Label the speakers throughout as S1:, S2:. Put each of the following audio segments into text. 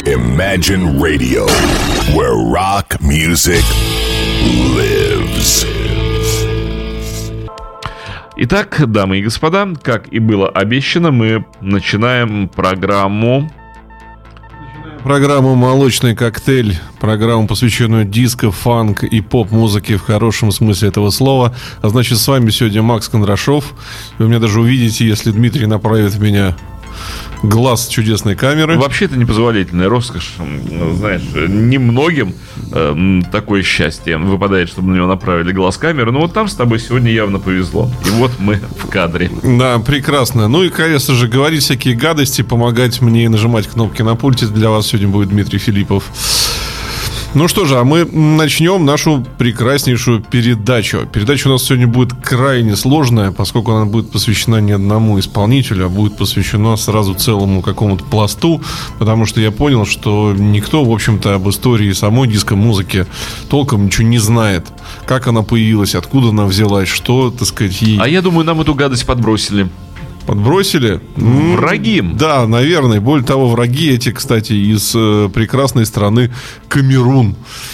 S1: Imagine Radio, where rock music lives.
S2: Итак, дамы и господа, как и было обещано, мы начинаем программу
S3: «Молочный коктейль», программу, посвященную диско, фанк и поп-музыке в хорошем смысле этого слова. А значит, с вами сегодня Макс Кондрашов. Вы меня даже увидите, если Дмитрий направит в меня глаз чудесной камеры.
S2: Вообще это непозволительная роскошь. Знаешь, немногим такое счастье выпадает, чтобы на него направили глаз камеры. Но вот там с тобой сегодня явно повезло. И вот мы в кадре.
S3: Да, прекрасно. Ну и, конечно же, говорить всякие гадости, помогать мне и нажимать кнопки на пульте. Для вас сегодня будет Дмитрий Филиппов. Ну что же, а мы начнем нашу прекраснейшую передачу. Передача у нас сегодня будет крайне сложная, поскольку она будет посвящена не одному исполнителю, а будет посвящена сразу целому какому-то пласту, потому что я понял, что никто, в общем-то, об истории самой диско-музыки толком ничего не знает. Как она появилась, откуда она взялась, что, так сказать, ей...
S2: А я думаю, нам эту гадость подбросили.
S3: Подбросили?
S2: Враги.
S3: Да, наверное. Более того, враги эти, кстати, из прекрасной страны Камерун.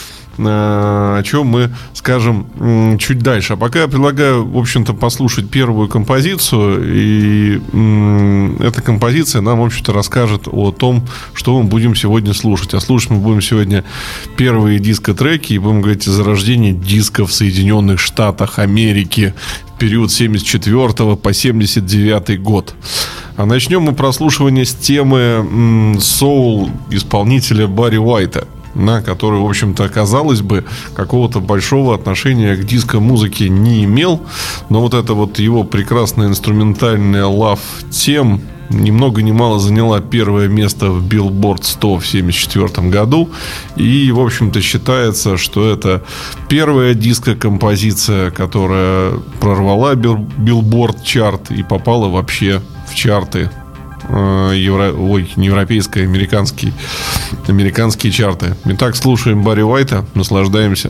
S3: О чем мы скажем чуть дальше. А пока я предлагаю, в общем-то, послушать первую композицию. И эта композиция нам, в общем-то, расскажет о том, что мы будем сегодня слушать. А слушать мы будем сегодня первые диско-треки и будем говорить о зарождении диска в Соединенных Штатах Америки в период с 74 по 79 год. А начнем мы прослушивание с темы «Soul» исполнителя Барри Уайта, на который, в общем-то, казалось бы, какого-то большого отношения к диско-музыке не имел. Но вот эта вот его прекрасная инструментальная Love Theme ни много ни мало заняла первое место в Billboard 100 в 1974 году. И, в общем-то, считается, что это первая диско-композиция, которая прорвала Billboard чарт и попала вообще в чарты. Не европейские, американские чарты. Итак, слушаем Барри Уайта, наслаждаемся.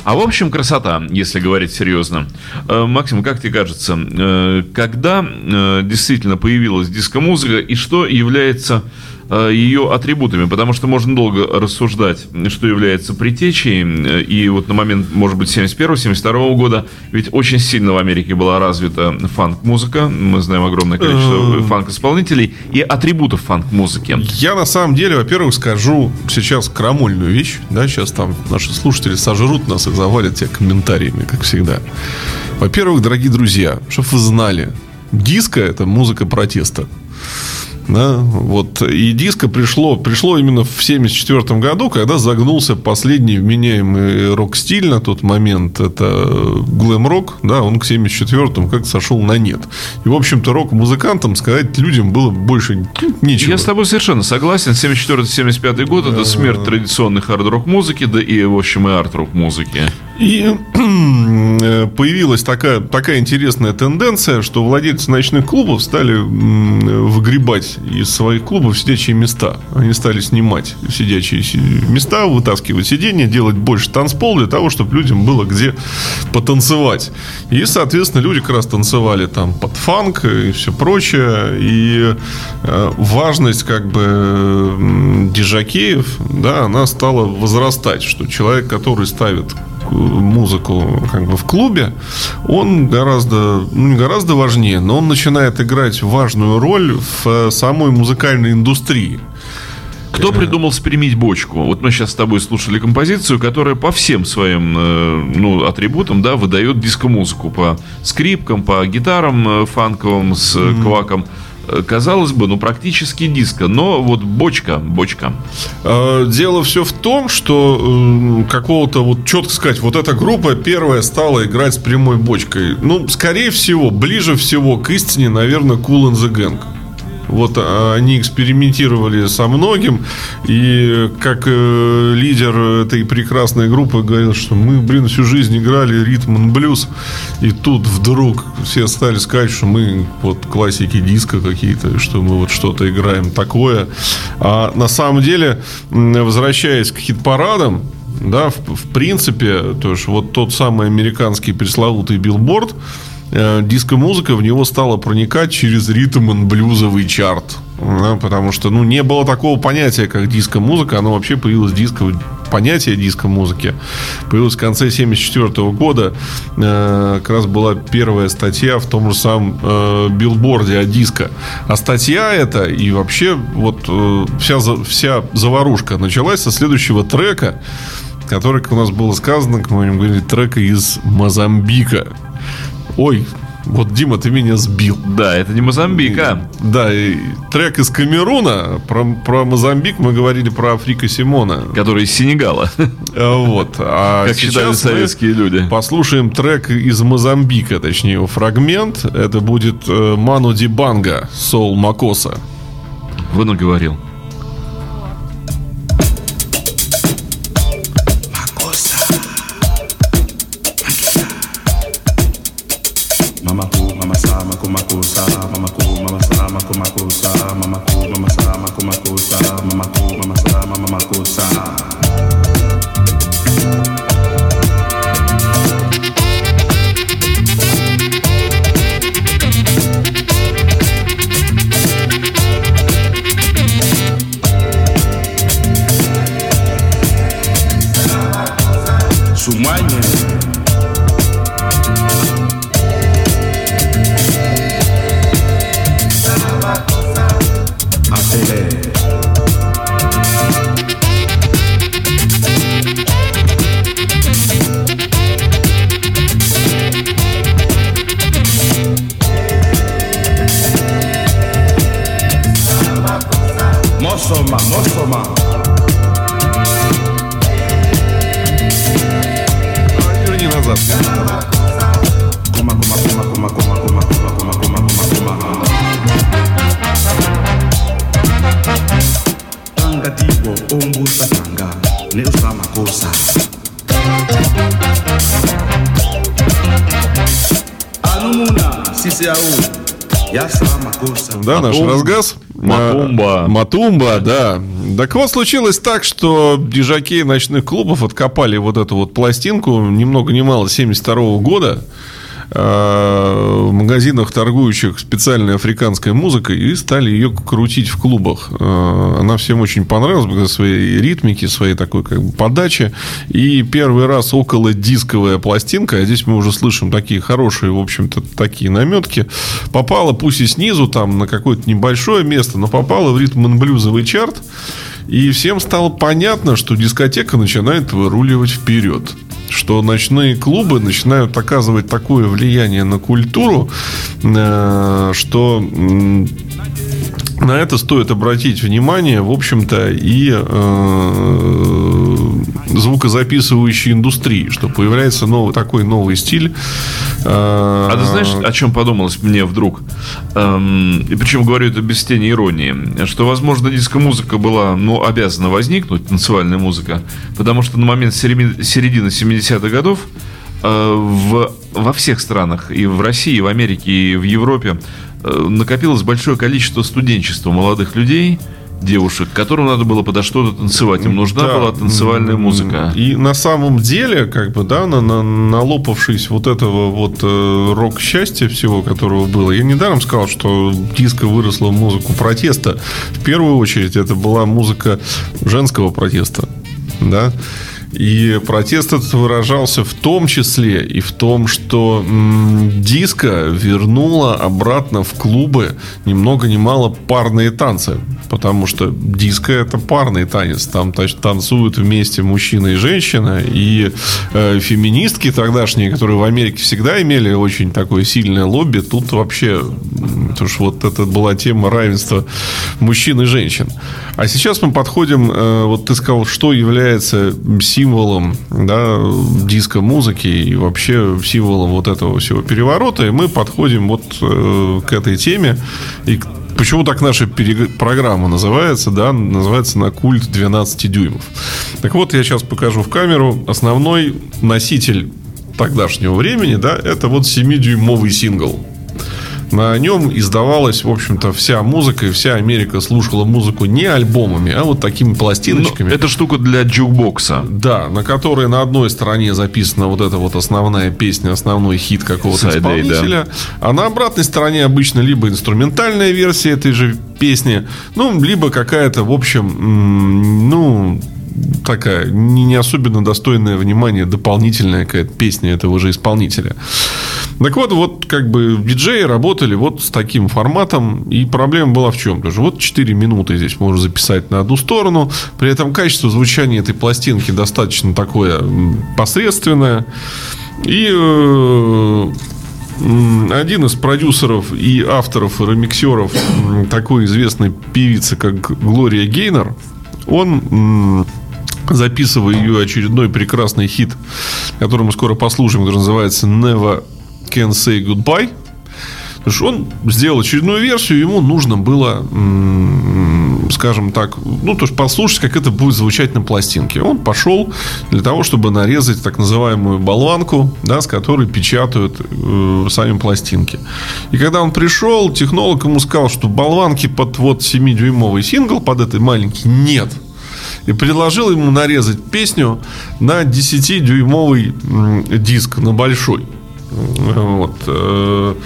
S2: А в общем, красота, если говорить серьезно. Максим, как тебе кажется, когда действительно появилась диско-музыка и что является ее атрибутами? Потому что можно долго рассуждать, что является предтечей. И вот на момент, может быть, 71-72 года ведь очень сильно в Америке была развита фанк-музыка. Мы знаем огромное количество фанк-исполнителей и атрибутов фанк-музыки.
S3: Я на самом деле, во-первых, скажу сейчас крамольную вещь. Да, сейчас там наши слушатели сожрут нас и завалят тебя комментариями, как всегда. Во-первых, дорогие друзья, чтобы вы знали, диско — это музыка протеста. Да, вот. И диско пришло именно в 1974 году, когда загнулся последний вменяемый рок-стиль на тот момент. Это глэм-рок. Да, он к 1974-му как-то сошел на нет. И, в общем-то, рок-музыкантам сказать людям было больше нечего.
S2: Я с тобой совершенно согласен. 74-75 год — это смерть традиционной хард-рок музыки, да и, в общем, и арт-рок музыки.
S3: И появилась такая интересная тенденция, что владельцы ночных клубов стали выгребать из своих клубов сидячие места. Они стали снимать сидячие места, вытаскивать сиденья, делать больше танцпол для того, чтобы людям было где потанцевать. И, соответственно, люди как раз танцевали там под фанк и все прочее. И важность как бы диджакеев, да, она стала возрастать, что человек, который ставит музыку как бы в клубе, он не гораздо важнее, но он начинает играть важную роль в самой музыкальной индустрии.
S2: Кто придумал спрямить бочку? Вот мы сейчас с тобой слушали композицию, которая по всем своим атрибутам, да, выдает диско-музыку. По скрипкам, по гитарам фанковым с кваком. Казалось бы, практически диско. Но вот бочка.
S3: Дело все в том, что какого-то четко сказать, вот эта группа первая стала играть с прямой бочкой. Скорее всего, ближе всего к истине, наверное, Kool and the Gang. Вот они экспериментировали со многим. И как лидер этой прекрасной группы говорил, что мы, всю жизнь играли ритм и блюз. И тут вдруг все стали сказать, что мы вот классики диска какие-то, что мы вот что-то играем такое. А на самом деле, возвращаясь к хит-парадам, да, в принципе, то есть вот тот самый американский пресловутый билборд, диско-музыка в него стала проникать через ритм-н-блюзовый чарт. Да, потому что не было такого понятия, как диско-музыка. Оно вообще появилось, понятие диско-музыки появилось в конце 1974 года. Как раз была первая статья в том же самом билборде о диско. А статья эта и вообще вот вся заварушка началась со следующего трека, который, как у нас было сказано, как мы о нем говорили, трека из Мозамбика. Ой, вот, Дима, ты меня сбил.
S2: Да, это не Мозамбик, а?
S3: Да, и трек из Камеруна. Про Мозамбик мы говорили про Африка Симона,
S2: который из Сенегала.
S3: Вот. А
S2: как считали советские люди.
S3: Послушаем трек из Мозамбика, точнее его фрагмент. Это будет Ману Дибанга, Соул Макоса.
S2: Вы наговорил.
S3: Верни назад. Да, наш разгаз. Матумба, да. Так вот, случилось так, что диджаки ночных клубов откопали вот эту вот пластинку, ни много ни мало, 1972 года, в магазинах, торгующих специальной африканской музыкой, и стали ее крутить в клубах. Она всем очень понравилась благодаря своей ритмике, своей такой как бы подаче. И первый раз около дисковая пластинка, а здесь мы уже слышим такие хорошие, в общем-то, такие наметки, попала, пусть и снизу, там, на какое-то небольшое место, но попала в ритм-н-блюзовый чарт. И всем стало понятно, что дискотека начинает выруливать вперед, что ночные клубы начинают оказывать такое влияние на культуру, что на это стоит обратить внимание, в общем-то, и звукозаписывающей индустрии, что появляется такой новый стиль.
S2: А ты знаешь, о чем подумалось мне вдруг? И причем говорю это без тени иронии, что, возможно, диско-музыка была, обязана возникнуть, танцевальная музыка, потому что на момент середины 70-х годов во всех странах, и в России, и в Америке, и в Европе, накопилось большое количество студенчества молодых людей, девушек, которым надо было подо что-то танцевать. Им нужна была танцевальная музыка.
S3: И на самом деле, налопавшись вот этого вот рок-счастья всего, которого было, я недаром сказал, что диско выросло в музыку протеста. В первую очередь, это была музыка женского протеста. Да? И протест этот выражался в том числе и в том, что диско вернуло обратно в клубы ни много ни мало парные танцы. Потому что диско — это парный танец. Там танцуют вместе мужчина и женщина. И феминистки тогдашние, которые в Америке всегда имели очень такое сильное лобби, тут вообще, потому что вот это была тема равенства мужчин и женщин. А сейчас мы подходим, вот ты сказал, что является символом, да, диско-музыки и вообще символом вот этого всего переворота. И мы подходим вот к этой теме. И почему так наша программа называется, да, называется «На культ 12 дюймов». Так вот, я сейчас покажу в камеру. Основной носитель тогдашнего времени, да, это вот 7-дюймовый сингл. На нем издавалась, в общем-то, вся музыка, и вся Америка слушала музыку не альбомами, а вот такими пластиночками.
S2: Это штука для джукбокса.
S3: Да, на которой на одной стороне записана вот эта вот основная песня, основной хит какого-то исполнителя. Да. А на обратной стороне обычно либо инструментальная версия этой же песни, либо какая-то, в общем, такая не особенно достойная внимания дополнительная какая-то песня этого же исполнителя. Так вот, как бы диджеи работали вот с таким форматом. И проблема была в чем? Потому что вот 4 минуты здесь можно записать на одну сторону. При этом качество звучания этой пластинки достаточно такое посредственное. И один из продюсеров и авторов, и ремиксеров такой известной певицы, как Глория Гейнор, он, записывая ее очередной прекрасный хит, который мы скоро послушаем, который называется «Never Can Say Goodbye», потому что он сделал очередную версию, ему нужно было, скажем так, то есть послушать, как это будет звучать на пластинке. Он пошел для того, чтобы нарезать так называемую болванку, да, с которой печатают сами пластинки. И когда он пришел, технолог ему сказал, что болванки под вот 7-дюймовый сингл, под этой маленький, нет. И предложил ему нарезать песню на 10-дюймовый диск, на большой. Вот.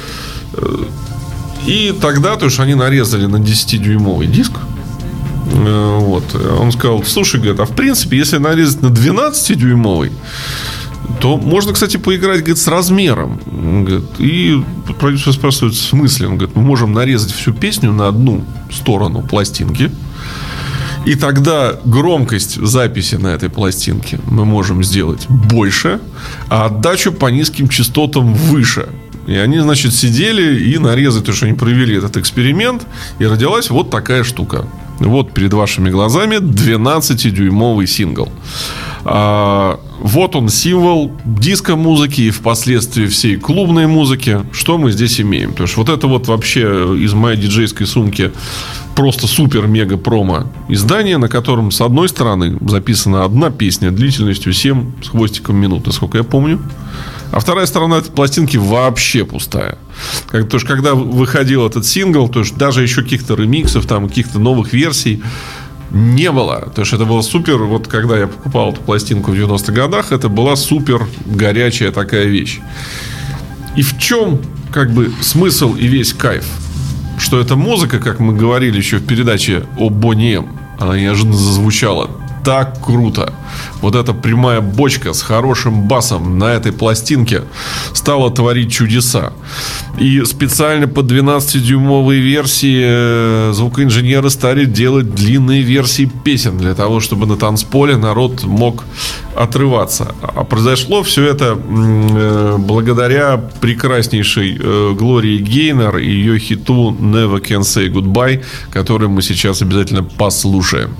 S3: И тогда, то есть, они нарезали на 10-дюймовый диск. Вот. Он сказал: слушай, говорит, а в принципе, если нарезать на 12-дюймовый, то можно, кстати, поиграть, говорит, с размером. Говорит, и продюсер спрашивает, в смысле? Он говорит, мы можем нарезать всю песню на одну сторону пластинки. И тогда громкость записи на этой пластинке мы можем сделать больше, а отдачу по низким частотам выше. И они, значит, сидели и нарезали, то, что они провели этот эксперимент, и родилась вот такая штука. Вот перед вашими глазами 12-дюймовый сингл. Вот он, символ диско-музыки и впоследствии всей клубной музыки. Что мы здесь имеем? Потому что вот это вот вообще из моей диджейской сумки просто супер-мега-промо издание, на котором с одной стороны записана одна песня длительностью 7 с хвостиком минут, насколько я помню. А вторая сторона этой пластинки вообще пустая. Потому что когда выходил этот сингл, то есть даже еще каких-то ремиксов, там, каких-то новых версий не было. То есть это было супер. Вот когда я покупал эту пластинку в 90-х годах, это была супер горячая такая вещь. И в чем как бы смысл и весь кайф? Что эта музыка, как мы говорили еще в передаче о Бонни М, она неожиданно зазвучала так круто. Вот эта прямая бочка с хорошим басом на этой пластинке стала творить чудеса. И специально под 12-дюймовые версии звукоинженеры стали делать длинные версии песен для того, чтобы на танцполе народ мог отрываться. А произошло все это благодаря прекраснейшей Глории Гейнор и ее хиту Never Can Say Goodbye, который мы сейчас обязательно послушаем.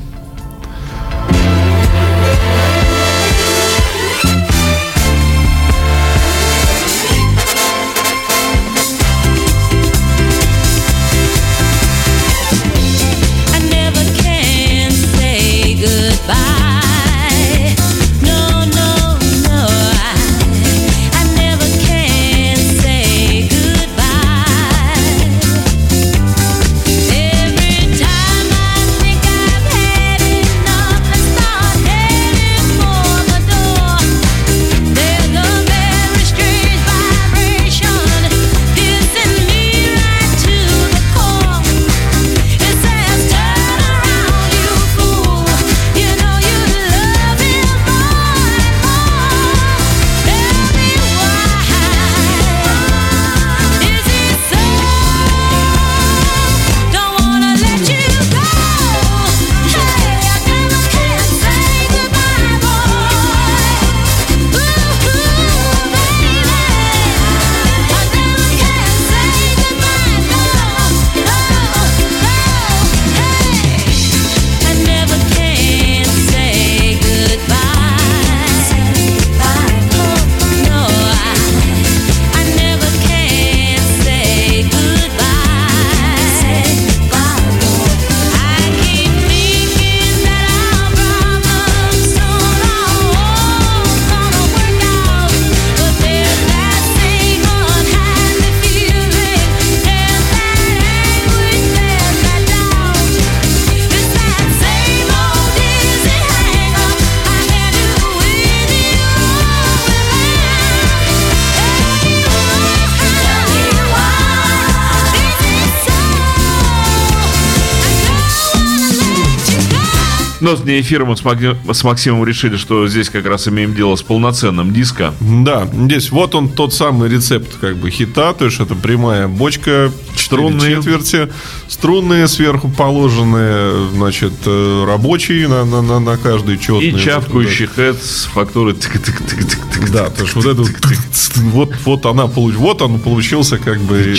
S2: Но вне эфира мы с Максимом решили, что здесь как раз имеем дело с полноценным диско.
S3: Да, здесь вот он тот самый рецепт как бы хита, то есть это прямая бочка, струнные четверти, струнные сверху положенные, значит, рабочие на каждый четный.
S2: И чавкающий хэт с фактурой тык-тык-тык-тык-тык.
S3: Да, то есть вот это вот он получился как бы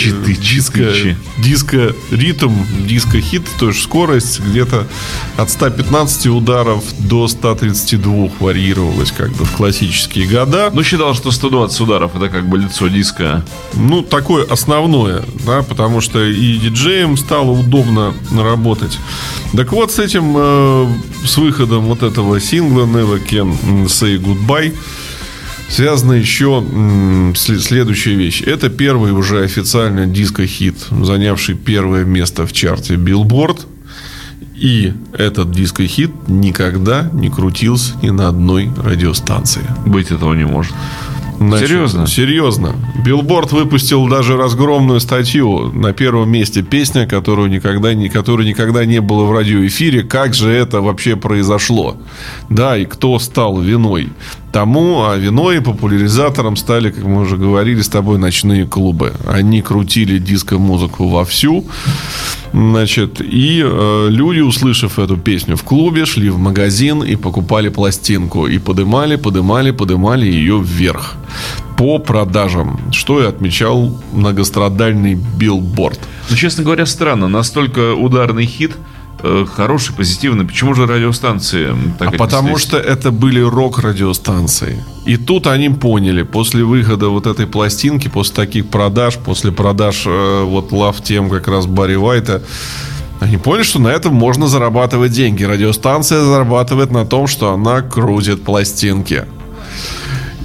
S3: диско-ритм, диско-хит, то есть скорость где-то от 115 ударов до 132 варьировалась как бы в классические года.
S2: Ну, считал, что 120 ударов это как бы лицо диска.
S3: Ну, такое основное, да, потому что и диджеям стало удобно работать. Так вот, с этим, с выходом вот этого сингла Never Can Say Goodbye связана еще следующая вещь. Это первый уже официально диско-хит, занявший первое место в чарте Billboard. И этот диско-хит никогда не крутился ни на одной радиостанции.
S2: Быть этого не может.
S3: Значит,
S2: серьезно?
S3: Серьезно. Billboard выпустил даже разгромную статью. На первом месте песня, которой никогда не было в радиоэфире. Как же это вообще произошло? Да, и кто стал виной тому, а виной и популяризатором стали, как мы уже говорили с тобой, ночные клубы. Они крутили диско-музыку вовсю. Значит, и люди, услышав эту песню в клубе, шли в магазин и покупали пластинку. И подымали ее вверх по продажам, что и отмечал многострадальный Billboard.
S2: Ну, честно говоря, странно. Настолько ударный хит, хороший, позитивный. Почему же радиостанции так?
S3: Потому что это были рок-радиостанции. И тут они поняли, после выхода вот этой пластинки, после таких продаж, после продаж вот Love Team как раз Барри Уайта, они поняли, что на этом можно зарабатывать деньги. Радиостанция зарабатывает на том, что она крутит пластинки.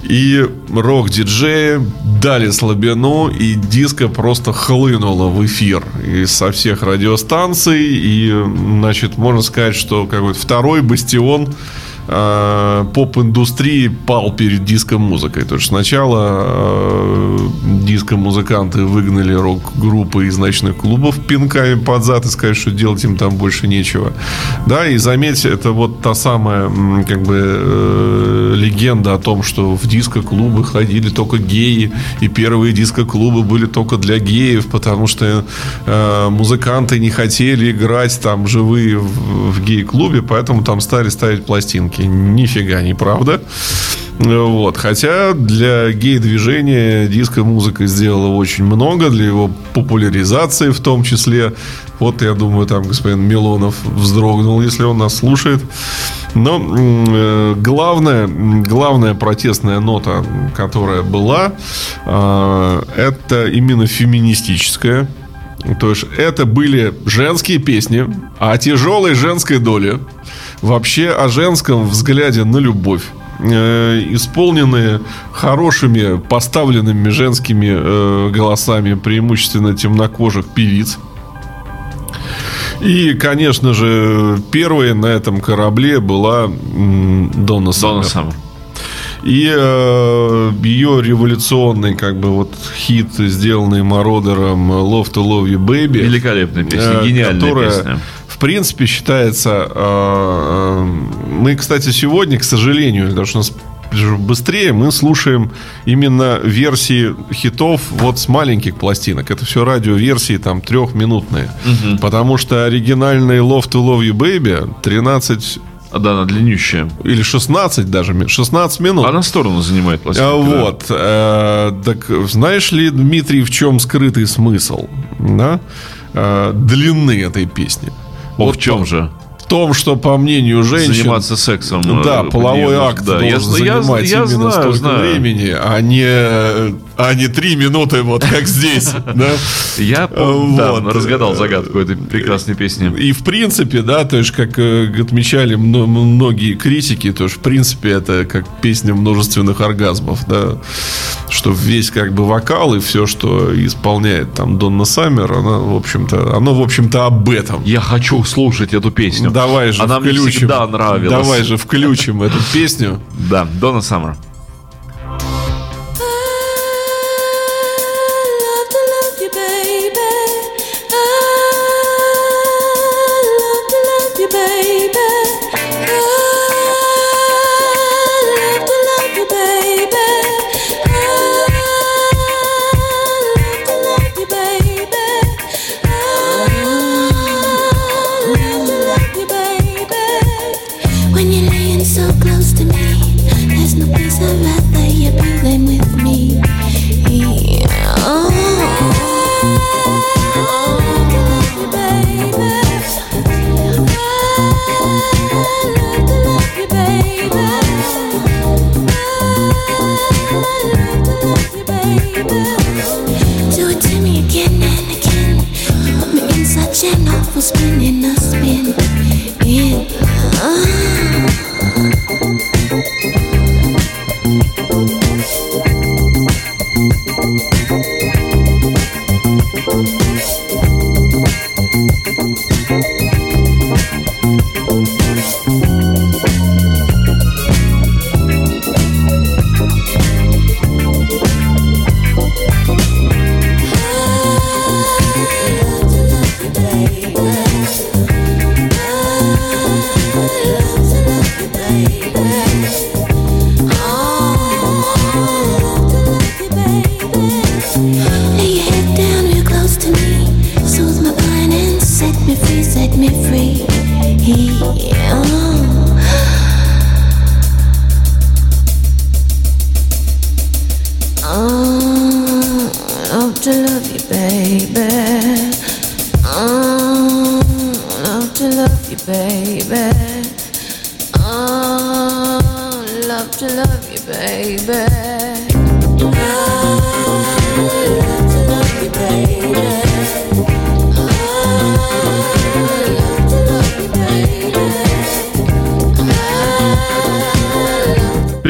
S3: И рок-диджеи дали слабину, и диско просто хлынуло в эфир и со всех радиостанций. И, значит, можно сказать, что какой-то второй бастион поп-индустрии пал перед диско-музыкой. То есть сначала диско-музыканты выгнали рок-группы из ночных клубов пинками под зад и сказали, что делать им там больше нечего. Да, и заметьте, это вот та самая как бы легенда о том, что в диско-клубы ходили только геи, и первые диско-клубы были только для геев, потому что музыканты не хотели играть там живые в гей-клубе, поэтому там стали ставить пластинки. Нифига не правда. Вот. Хотя для гей-движения диско-музыка сделала очень много, для его популяризации в том числе. Вот, я думаю, там господин Милонов вздрогнул, если он нас слушает. Но главная протестная нота, которая была, это именно феминистическая. То есть это были женские песни о тяжелой женской доле, вообще о женском взгляде на любовь, исполненные хорошими поставленными женскими голосами, преимущественно темнокожих певиц. И, конечно же, первой на этом корабле была Донна Саммер. И ее революционный как бы вот хит, сделанный Мародером "Love to Love You Baby",
S2: великолепная песня, гениальная песня.
S3: В принципе, считается... Мы, кстати, сегодня, к сожалению, потому что у нас быстрее, мы слушаем именно версии хитов вот с маленьких пластинок. Это все радиоверсии там 3-минутные. Потому что оригинальный "Love to Love You Baby" 13...
S2: Да, она длиннющая.
S3: Или 16 даже, 16 минут.
S2: Она сторону занимает пластинка.
S3: Вот. Так знаешь ли, Дмитрий, в чем скрытый смысл, да? Длины этой песни?
S2: Вот в чем же?
S3: В том, что, по мнению женщин,
S2: заниматься сексом.
S3: Да, половой акт должен занимать именно столько времени, а не 3 минуты, вот как здесь.
S2: Я разгадал загадку этой прекрасной песни.
S3: И в принципе, да, то есть, как отмечали многие критики, то есть, в принципе, это как песня множественных оргазмов, да, что весь как бы вокал и все, что исполняет там Донна Саммер, оно, в общем-то, об этом.
S2: Я хочу слушать эту песню.
S3: Давай же
S2: она
S3: включим.
S2: Мне всегда нравилась.
S3: Давай же включим эту песню.
S2: Да, Донна Саммер.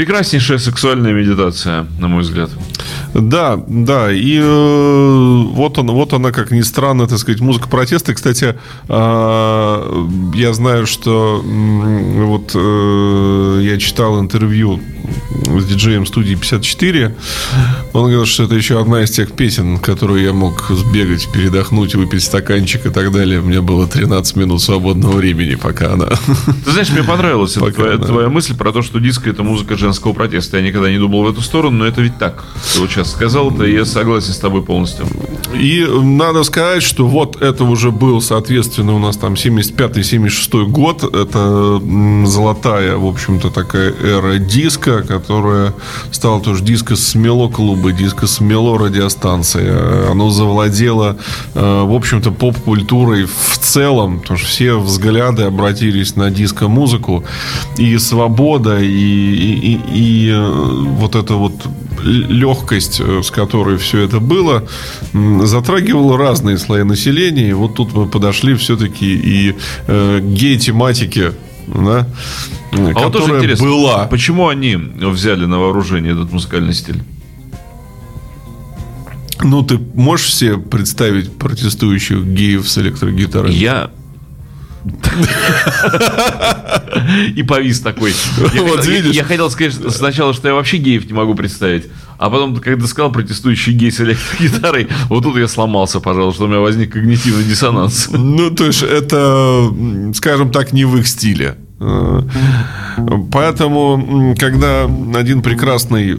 S2: прекраснейшая сексуальная медитация, на мой взгляд.
S3: Да, и вот она, как ни странно, так сказать, музыка протеста. Кстати, я знаю, что вот я читал интервью с диджеем студии 54. Он говорил, что это еще одна из тех песен, которые я мог сбегать, передохнуть, выпить стаканчик и так далее. У меня было 13 минут свободного времени, пока она...
S2: Ты знаешь, мне понравилась твоя мысль про то, что диско — это музыка женского протеста. Я никогда не думал в эту сторону, но это ведь так. Ты вот сейчас сказал это, и я согласен с тобой полностью.
S3: И надо сказать, что вот это уже был, соответственно, у нас там 75-76 год. Это золотая, в общем-то, такая эра диска, которая стала тоже диско-смело-клубы, диско-смело-радиостанции. Оно завладело, в общем-то, поп-культурой в целом, потому что все взгляды обратились на диско-музыку. И свобода, и вот эта вот легкость, с которой все это было, затрагивала разные слои населения. И вот тут мы подошли все-таки и к гей-тематике, да,
S2: вот тоже интересно,
S3: была.
S2: Почему они взяли на вооружение этот музыкальный стиль?
S3: Ну, ты можешь себе представить протестующих геев с электрогитарой?
S2: И повис такой. Я хотел сказать сначала, что я вообще геев не могу представить. А потом, когда сказал протестующий гей с электрогитарой, вот тут я сломался, пожалуй, что у меня возник когнитивный диссонанс.
S3: Ну, то есть, это, скажем так, не в их стиле. Поэтому, когда один прекрасный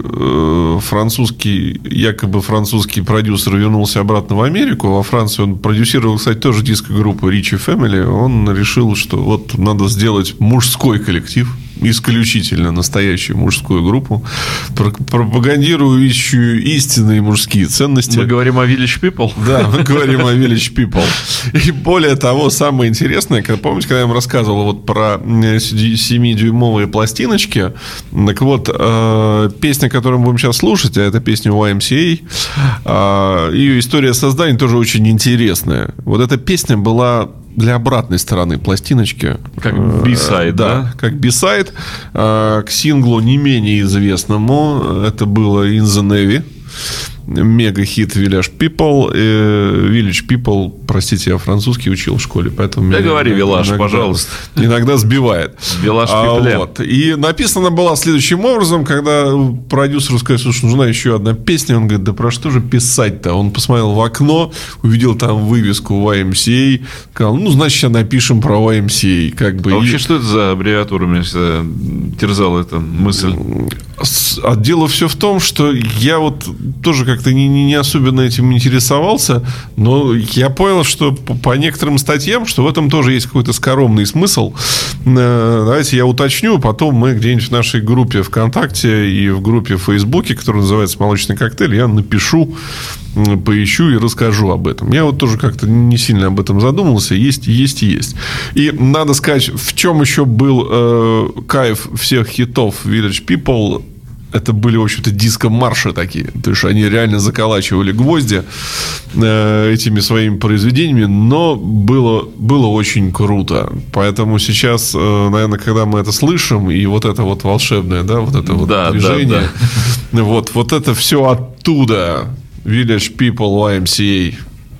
S3: якобы французский продюсер вернулся обратно в Америку, во Франции он продюсировал, кстати, тоже диско-группу Ричи Фэмили, он решил, что вот надо сделать мужской коллектив, исключительно настоящую мужскую группу, пропагандирующую истинные мужские ценности.
S2: Мы говорим о Village People?
S3: Да, мы говорим о Village People. И более того, самое интересное, помните, когда я вам рассказывал вот про 7-дюймовые пластиночки, так вот, песня, которую мы будем сейчас слушать, а это песня YMCA, ее история создания тоже очень интересная. Вот эта песня была для обратной стороны пластиночки.
S2: Как B-side, да?
S3: Как B-side к синглу не менее известному. Это было In the Navy. Мега-хит Village People. Village People, простите, я французский учил в школе, поэтому...
S2: Да говори, Village, пожалуйста.
S3: Иногда сбивает.
S2: Village People.
S3: Вот. И написана была следующим образом, когда продюсеру сказали, слушай, нужна еще одна песня, он говорит, да про что же писать-то? Он посмотрел в окно, увидел там вывеску YMCA, сказал, ну, значит, сейчас напишем про YMCA. Как бы.
S2: Вообще, что это за аббревиатура? Меня всегда терзала эта мысль.
S3: А дело все в том, что я вот тоже как-то не особенно этим интересовался, но я понял, что по некоторым статьям, что в этом тоже есть какой-то скоромный смысл. Давайте я уточню, потом мы где-нибудь в нашей группе ВКонтакте и в группе в Фейсбуке, которая называется «Молочный коктейль», я напишу, поищу и расскажу об этом. Я вот тоже как-то не сильно об этом задумывался. Есть. И надо сказать, в чем еще был кайф всех хитов Village People. Это были, в общем-то, диско-марши такие. То есть, они реально заколачивали гвозди этими своими произведениями. Но было очень круто. Поэтому сейчас, наверное, когда мы это слышим, и вот это вот волшебное, да, вот это вот движение, да. Вот это все оттуда. Village People, YMCA.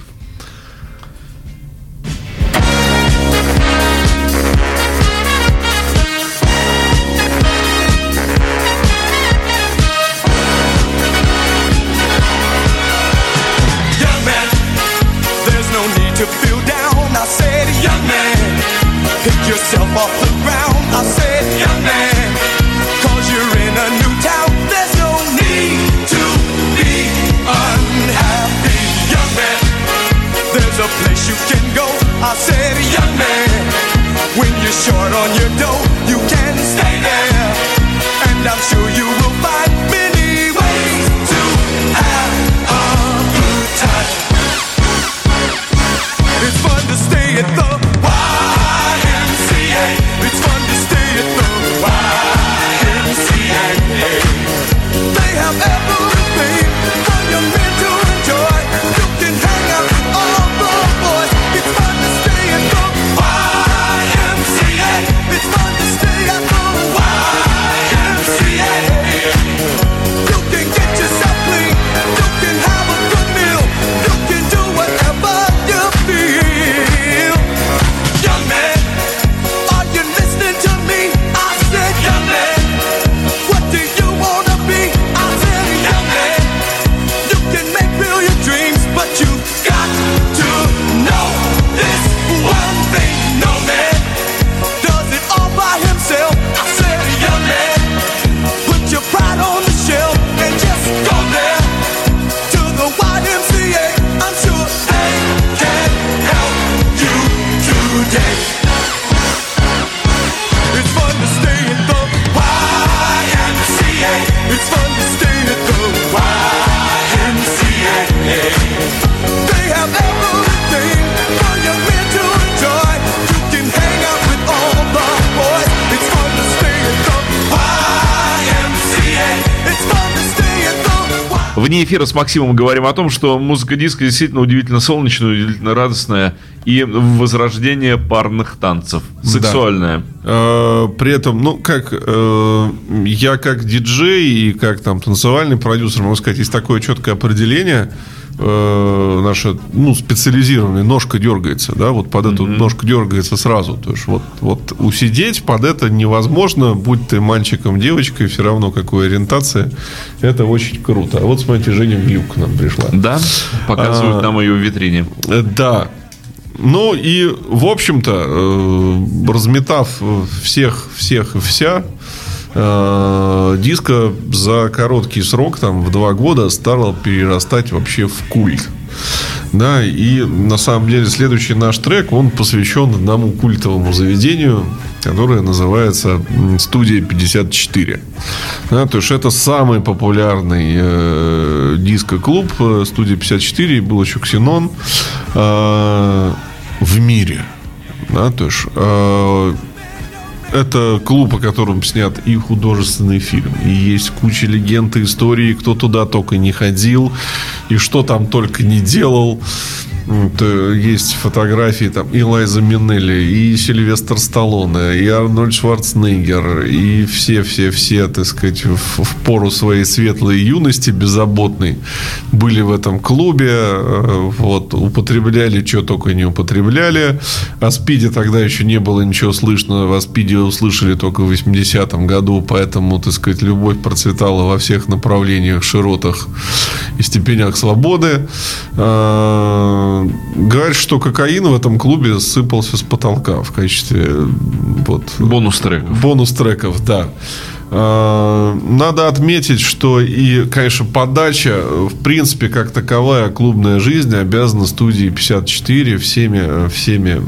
S4: Short on your dough, you can stay there, and I'm sure you will find many ways to have a good time. It's fun to stay at the YMCA. It's fun to stay at the YMCA. They have everything for young men to enjoy. You can hang out with all the boys. It's fun to stay at the YMCA. It's fun to stay at the YMCA.
S2: Вне эфира с Максимом говорим о том, что музыка диско действительно удивительно солнечная, удивительно радостная и возрождение парных танцев. Сексуальное.
S3: Да. При этом, я как диджей и как там танцевальный продюсер, могу сказать, есть такое четкое определение. Наша, специализированная ножка дергается, да, вот под эту ножку дергается сразу. То есть вот усидеть под это невозможно, будь ты мальчиком, девочкой, все равно какой ориентация. Это очень круто. А вот смотрите, Женя Глюк к нам пришла.
S2: Да, показывают нам ее в витрине.
S3: Да. Ну и, в общем-то, разметав всех и вся, диско за короткий срок, там, в 2 года, стало перерастать вообще в культ. Да, и на самом деле следующий наш трек, он посвящен одному культовому заведению, которое называется «Студия 54». Да, то есть это самый популярный диско-клуб. «Студия 54», был еще «Ксенон», в мире. Да, то есть это клуб, о котором снят и художественный фильм, и есть куча легенд и историй, кто туда только не ходил, и что там только не делал. Есть фотографии там и Лайза Минелли, и Сильвестр Сталлоне, и Арнольд Шварценеггер, и все, так сказать, в пору своей светлой юности беззаботной были в этом клубе. Вот, употребляли, что только не употребляли. О СПИДе тогда еще не было ничего слышно. О СПИДе услышали только в 80-м году, поэтому, так сказать, любовь процветала во всех направлениях, широтах и степенях свободы. Говорят, что кокаин в этом клубе сыпался с потолка в качестве бонус-треков, да. Надо отметить, что и, конечно, подача, в принципе, как таковая клубная жизнь обязана студии 54 всеми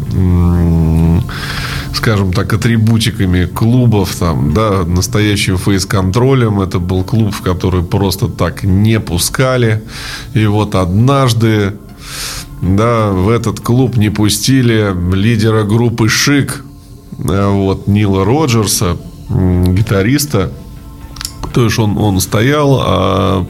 S3: скажем так, атрибутиками клубов, там, да, настоящим фейс-контролем. Это был клуб, в который просто так не пускали. И вот однажды, да, в этот клуб не пустили лидера группы «Шик», Нила Роджерса, гитариста. То есть он стоял, а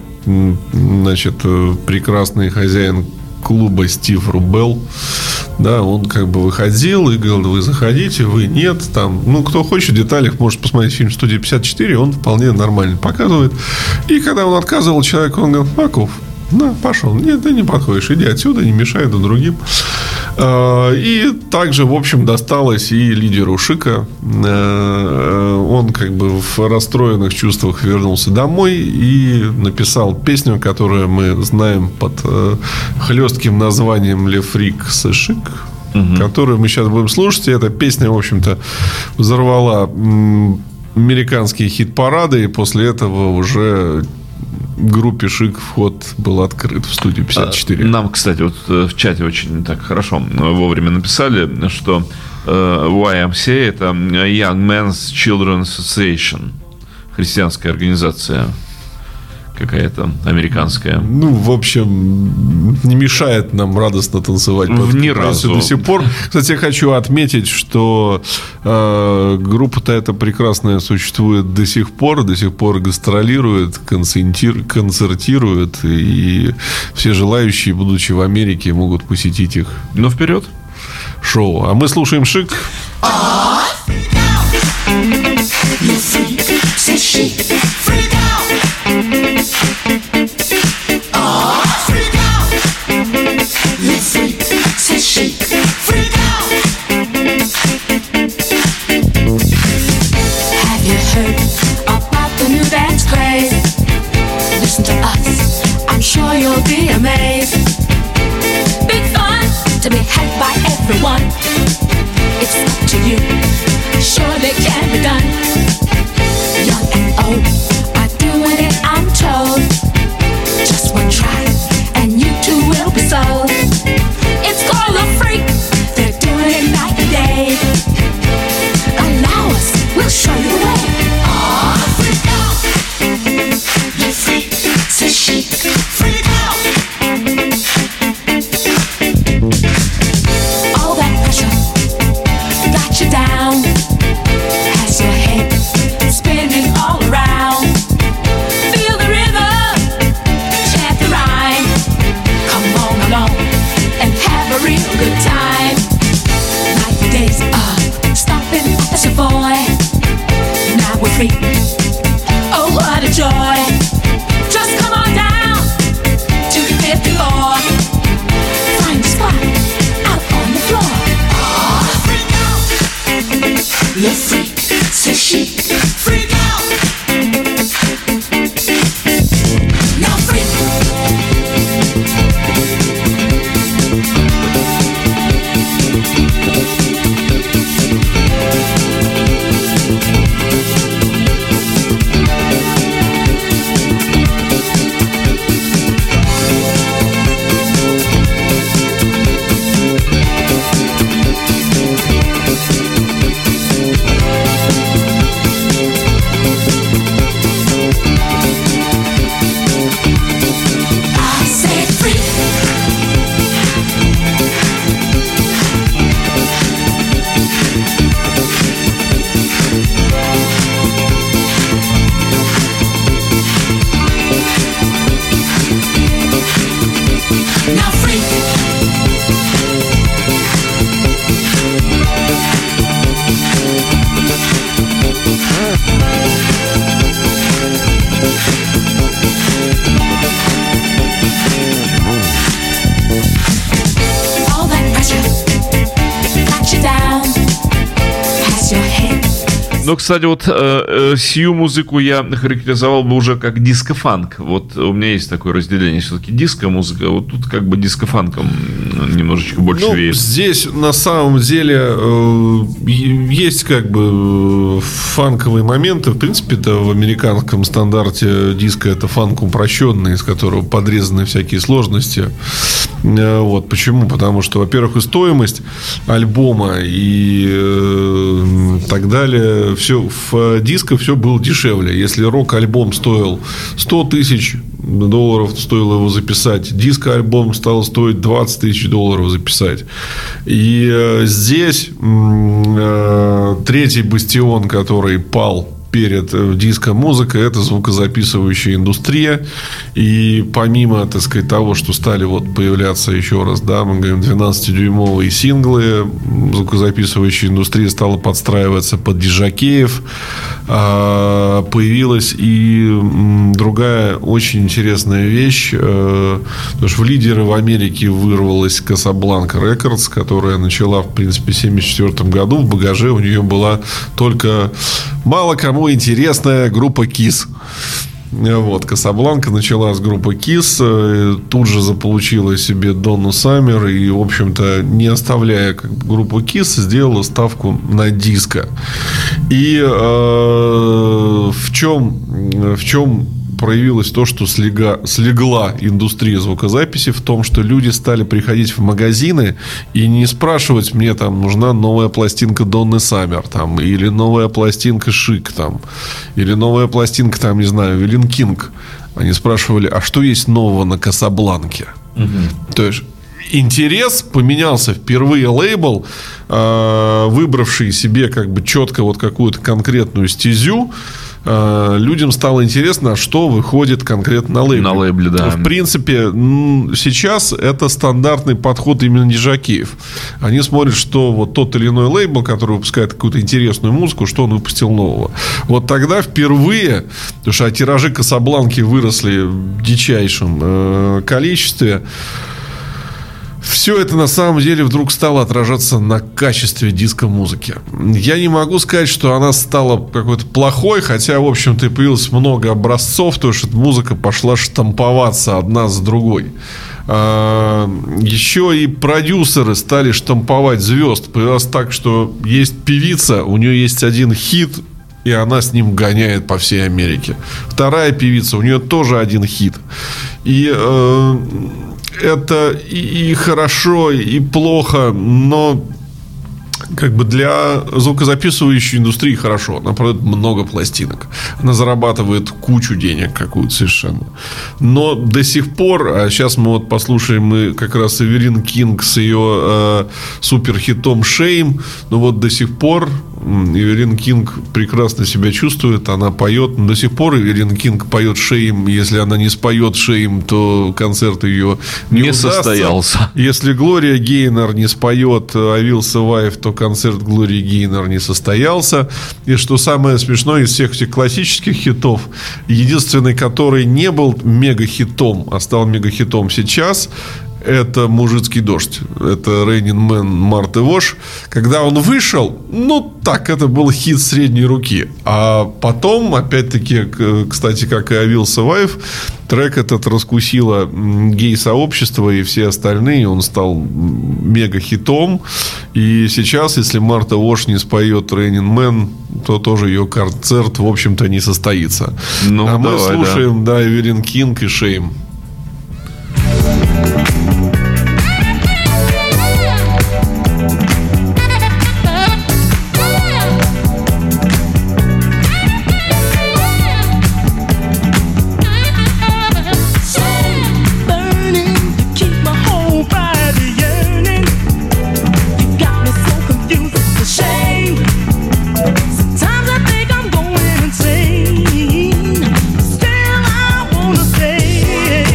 S3: прекрасный хозяин клуба Стив Рубел, да, он как бы выходил и говорил: вы заходите, вы нет. Там, кто хочет в деталях, может посмотреть фильм «Студия 54», он вполне нормально показывает. И когда он отказывал человеку, он говорил: Маков, на, пошел. Нет, ты не подходишь, иди отсюда, не мешай другим. И также, в общем, досталось и лидеру «Шика». Он как бы в расстроенных чувствах вернулся домой и написал песню, которую мы знаем под хлестким названием «Ле Фрик се Шик», которую мы сейчас будем слушать. И эта песня, в общем-то, взорвала американские хит-парады, и после этого уже группе «Шик» вход был открыт в студию 54.
S2: Нам, кстати, вот в чате очень так хорошо вовремя написали, что YMCA – это Young Men's Children's Association, христианская организация какая-то американская.
S3: В общем, не мешает нам радостно танцевать
S2: ни разу
S3: до сих пор. Кстати, я хочу отметить, что группа-то эта прекрасная существует до сих пор гастролирует, концертирует, и все желающие, будучи в Америке, могут посетить их.
S2: Вперед!
S3: Шоу. А мы слушаем «Шик».
S5: Everyone, it's up to you. Surely can be done. Young and old are doing it, I'm told.
S2: Но, кстати, вот сию музыку я характеризовал бы уже как диско-фанк. Вот у меня есть такое разделение. Все-таки диско-музыка, вот тут как бы диско-фанком немножечко больше веет.
S3: Здесь на самом деле есть как бы фанковые моменты. В принципе, это в американском стандарте диско это фанк упрощенный, из которого подрезаны всякие сложности. Вот. Почему? Потому что, во-первых, и стоимость альбома и так далее, все в диско все было дешевле. Если рок-альбом стоил $100 тысяч, стоило его записать, диско-альбом стал стоить $20 тысяч записать. И здесь третий бастион, который пал перед диско-музыкой, это звукозаписывающая индустрия. И помимо, так сказать, того, что стали вот появляться еще раз, да, мы говорим, 12-дюймовые синглы, звукозаписывающая индустрия стала подстраиваться под диджакеев. Появилась и другая очень интересная вещь, потому что в лидеры в Америке вырвалась Casablanca Records, которая начала, в принципе, в 1974 году. В багаже у нее была только мало кому интересная группа Kiss. Вот, Касабланка начала с группы Kiss, тут же заполучила себе Донну Саммер и, в общем-то, не оставляя группу Kiss, сделала ставку на диско. И в чем проявилось то, что слегла индустрия звукозаписи, в том, что люди стали приходить в магазины и не спрашивать: мне там нужна новая пластинка Донны Саммер, там, или новая пластинка Шик, там, или новая пластинка, там, не знаю, Вилин Кинг. Они спрашивали: а что есть нового на Касабланке? То есть интерес поменялся. Впервые лейбл, выбравший себе как бы четко вот какую-то конкретную стезю, людям стало интересно, что выходит конкретно на лейбле.
S2: На лейбле, да.
S3: В принципе, сейчас это стандартный подход именно диджакеев. Они смотрят, что вот тот или иной лейбл, который выпускает какую-то интересную музыку, что он выпустил нового. Вот тогда впервые, потому что тиражи Касабланки выросли в дичайшем количестве, все это на самом деле вдруг стало отражаться на качестве диско-музыки. Я не могу сказать, что она стала какой-то плохой, хотя, в общем-то, и появилось много образцов, то что музыка пошла штамповаться одна за другой. Еще и продюсеры стали штамповать звезд. Появилось так, что есть певица, у нее есть один хит, и она с ним гоняет по всей Америке. Вторая певица, у нее тоже один хит. И это и хорошо, и плохо, но как бы для звукозаписывающей индустрии хорошо. Она продает много пластинок. Она зарабатывает кучу денег какую-то совершенно. Но до сих пор, а сейчас мы вот послушаем как раз Эвелин Кинг с ее суперхитом «Shame». Но вот до сих пор Эвелин Кинг прекрасно себя чувствует. Она поет. Но до сих пор Эвелин Кинг поет «Shame». Если она не споет «Shame», то концерт ее не
S2: состоялся.
S3: Если Глория Гейнор не споет «I Will Survive», то концерт Глории Гейнор не состоялся. И что самое смешное, из всех этих классических хитов, единственный, который не был мега-хитом, а стал мега-хитом сейчас, это «Мужицкий дождь». Это Raining Man Марты Вош. Когда он вышел, ну так, это был хит средней руки. А потом, опять-таки, кстати, как и I Will Survive, трек этот раскусило гей-сообщество и все остальные. Он стал мега-хитом. И сейчас, если Марта Вош не споет Raining Man, то тоже ее концерт, в общем-то, не состоится. Ну, а мы слушаем, да, Эвелин Кинг и «Shame».
S6: Sometimes I think I'm going insane. Still I wanna stay.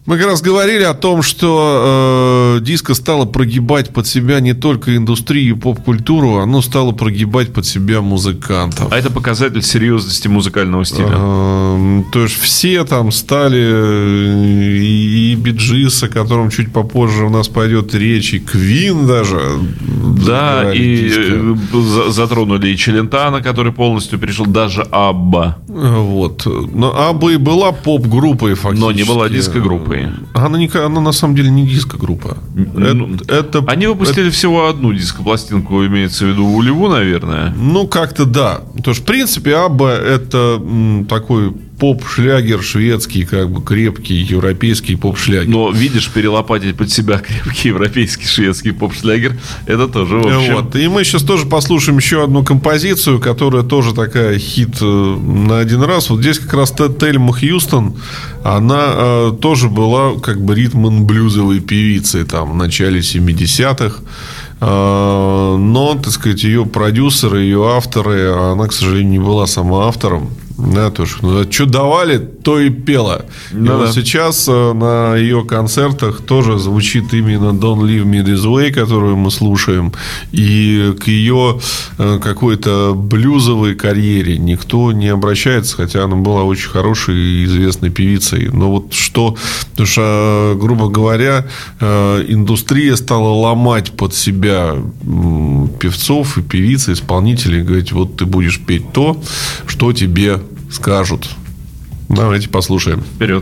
S3: Мы как раз говорили о том, что диско стало прогибать под себя не только индустрию и поп-культуру, оно стало прогибать под себя музыкантов.
S2: А это показатель серьезности музыкального стиля.
S3: То есть все там стали, и Биджис, о котором чуть попозже у нас пойдет речь, и Квин даже.
S2: Да, и затронули и Челентано, который полностью перешел, даже Абба.
S3: Вот. Но Абба и была поп-группой фактически.
S2: Но не была диско-группой.
S3: Она на самом деле не диско-группа.
S2: Они выпустили всего одну диско-пластинку, имеется в виду Улеву, наверное.
S3: Ну, как-то да. Потому что, в принципе, Абба — это такой поп-шлягер шведский, как бы крепкий европейский поп-шлягер.
S2: Но, видишь, перелопатить под себя крепкий европейский шведский поп-шлягер, это тоже, в общем...
S3: Вот. И мы сейчас тоже послушаем еще одну композицию, которая тоже такая хит на один раз. Вот здесь как раз Тельма Хьюстон, она тоже была как бы ритм-н-блюзовой певицей там в начале 70-х. Но, так сказать, ее продюсеры, ее авторы, она, к сожалению, не была сама автором. Да, то есть, что давали, то и пела. И вот сейчас на ее концертах тоже звучит именно Don't Leave Me This Way, которую мы слушаем. И к ее какой-то блюзовой карьере никто не обращается, хотя она была очень хорошей и известной певицей. Но вот что, потому что, грубо говоря, индустрия стала ломать под себя певцов и певиц, исполнителей, говорить, вот ты будешь петь то, что тебе скажут. Давайте послушаем.
S2: Вперед.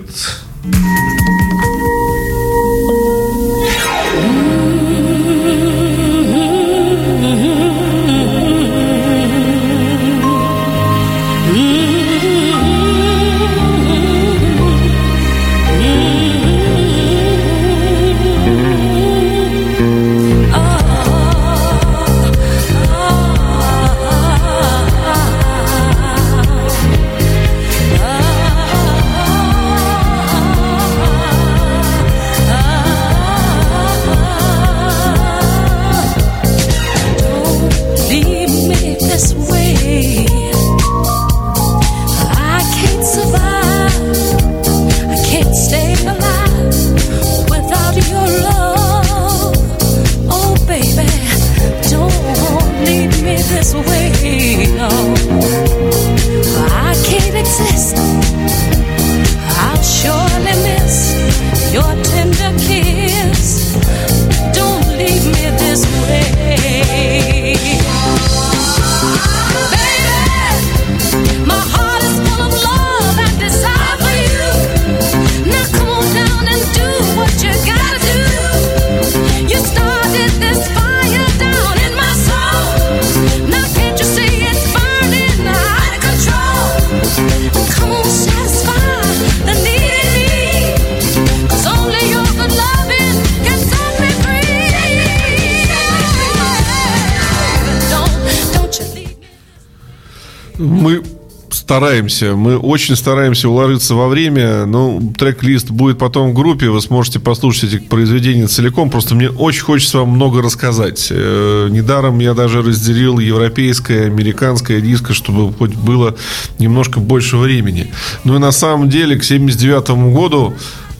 S3: Мы очень стараемся уложиться во время. Ну, трек-лист будет потом в группе. Вы сможете послушать эти произведения целиком. Просто мне очень хочется вам много рассказать. Недаром я даже разделил европейское, американское диско, чтобы хоть было немножко больше времени. Ну и на самом деле к 79-му году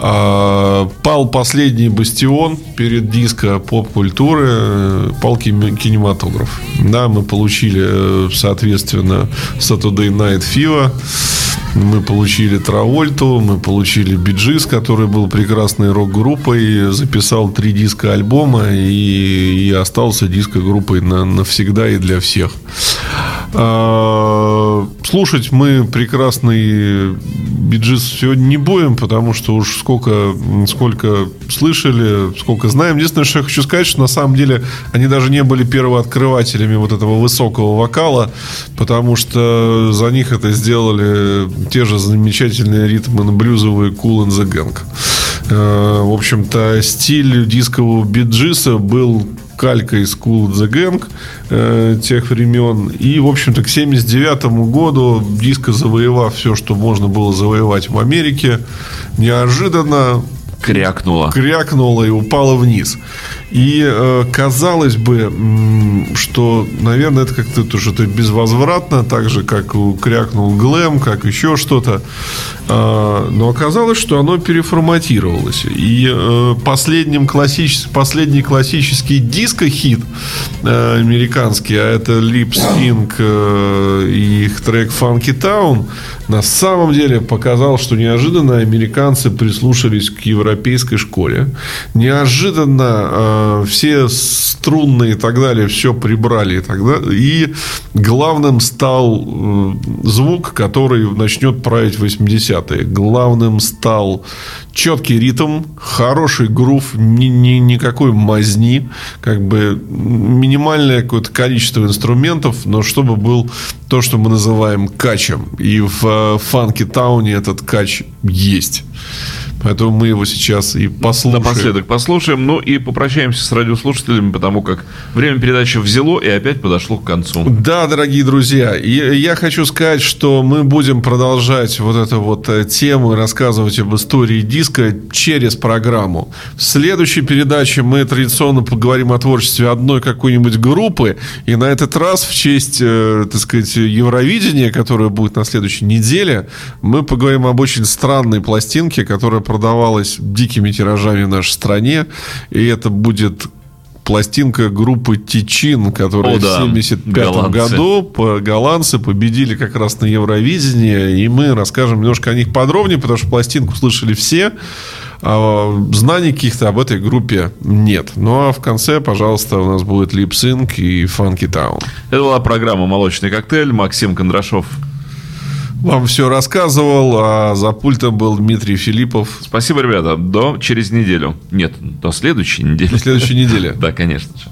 S3: пал последний бастион перед диско поп-культуры, пал кинематограф. Да, мы получили, соответственно, Saturday Night Fever, мы получили Травольту, мы получили Биджис, который был прекрасной рок-группой, записал 3 диска-альбома и остался диско-группой навсегда и для всех. Слушать мы прекрасный Биджис сегодня не будем, потому что уж сколько слышали, сколько знаем. Единственное, что я хочу сказать, что на самом деле они даже не были первооткрывателями вот этого высокого вокала, потому что за них это сделали те же замечательные ритм-н-блюзовые Kool and the Gang. В общем-то, стиль дискового Биджиса был калька из Kool and the Gang тех времен. И, в общем-то, к 79-му году диско, завоевав все, что можно было завоевать в Америке, неожиданно крякнула и упала вниз. И казалось бы, что, наверное, это как-то что-то безвозвратно, так же, как крякнул глэм, как еще что-то. Но оказалось, что оно переформатировалось. И последний классический диско-хит американский, а это Lip Sync и их трек Funky Town, на самом деле показал, что неожиданно американцы прислушались к европейской школе. Неожиданно все струнные и так далее все прибрали. И главным стал звук, который начнет править 80-е. Главным стал четкий ритм, хороший грув, никакой мазни, как бы минимальное какое-то количество инструментов, но чтобы был то, что мы называем качем. И в Funky Town этот кач есть. Поэтому мы его сейчас и послушаем.
S2: Напоследок послушаем. Ну и попрощаемся с радиослушателями, потому как время передачи взяло и опять подошло к концу.
S3: Да, дорогие друзья, я хочу сказать, что мы будем продолжать вот эту вот тему и рассказывать об истории диска через программу. В следующей передаче мы традиционно поговорим о творчестве одной какой-нибудь группы. И на этот раз в честь, так сказать, Евровидения, которое будет на следующей неделе, мы поговорим об очень странной пластинке, которая продавалась дикими тиражами в нашей стране. И это будет пластинка группы Тичин, которая в 1975 году голландцы победили как раз на Евровидении. И мы расскажем немножко о них подробнее, потому что пластинку слышали все. Знаний каких-то об этой группе нет. Ну а в конце, пожалуйста, у нас будет Lip Sync и Funky Town.
S2: Это была программа «Молочный коктейль». Максим Кондрашов
S3: вам все рассказывал, а за пультом был Дмитрий Филиппов.
S2: Спасибо, ребята. Через неделю. Нет, до следующей недели.
S3: До следующей недели.
S2: Да, конечно же.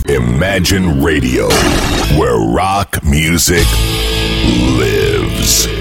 S1: Imagine Radio, where rock music lives.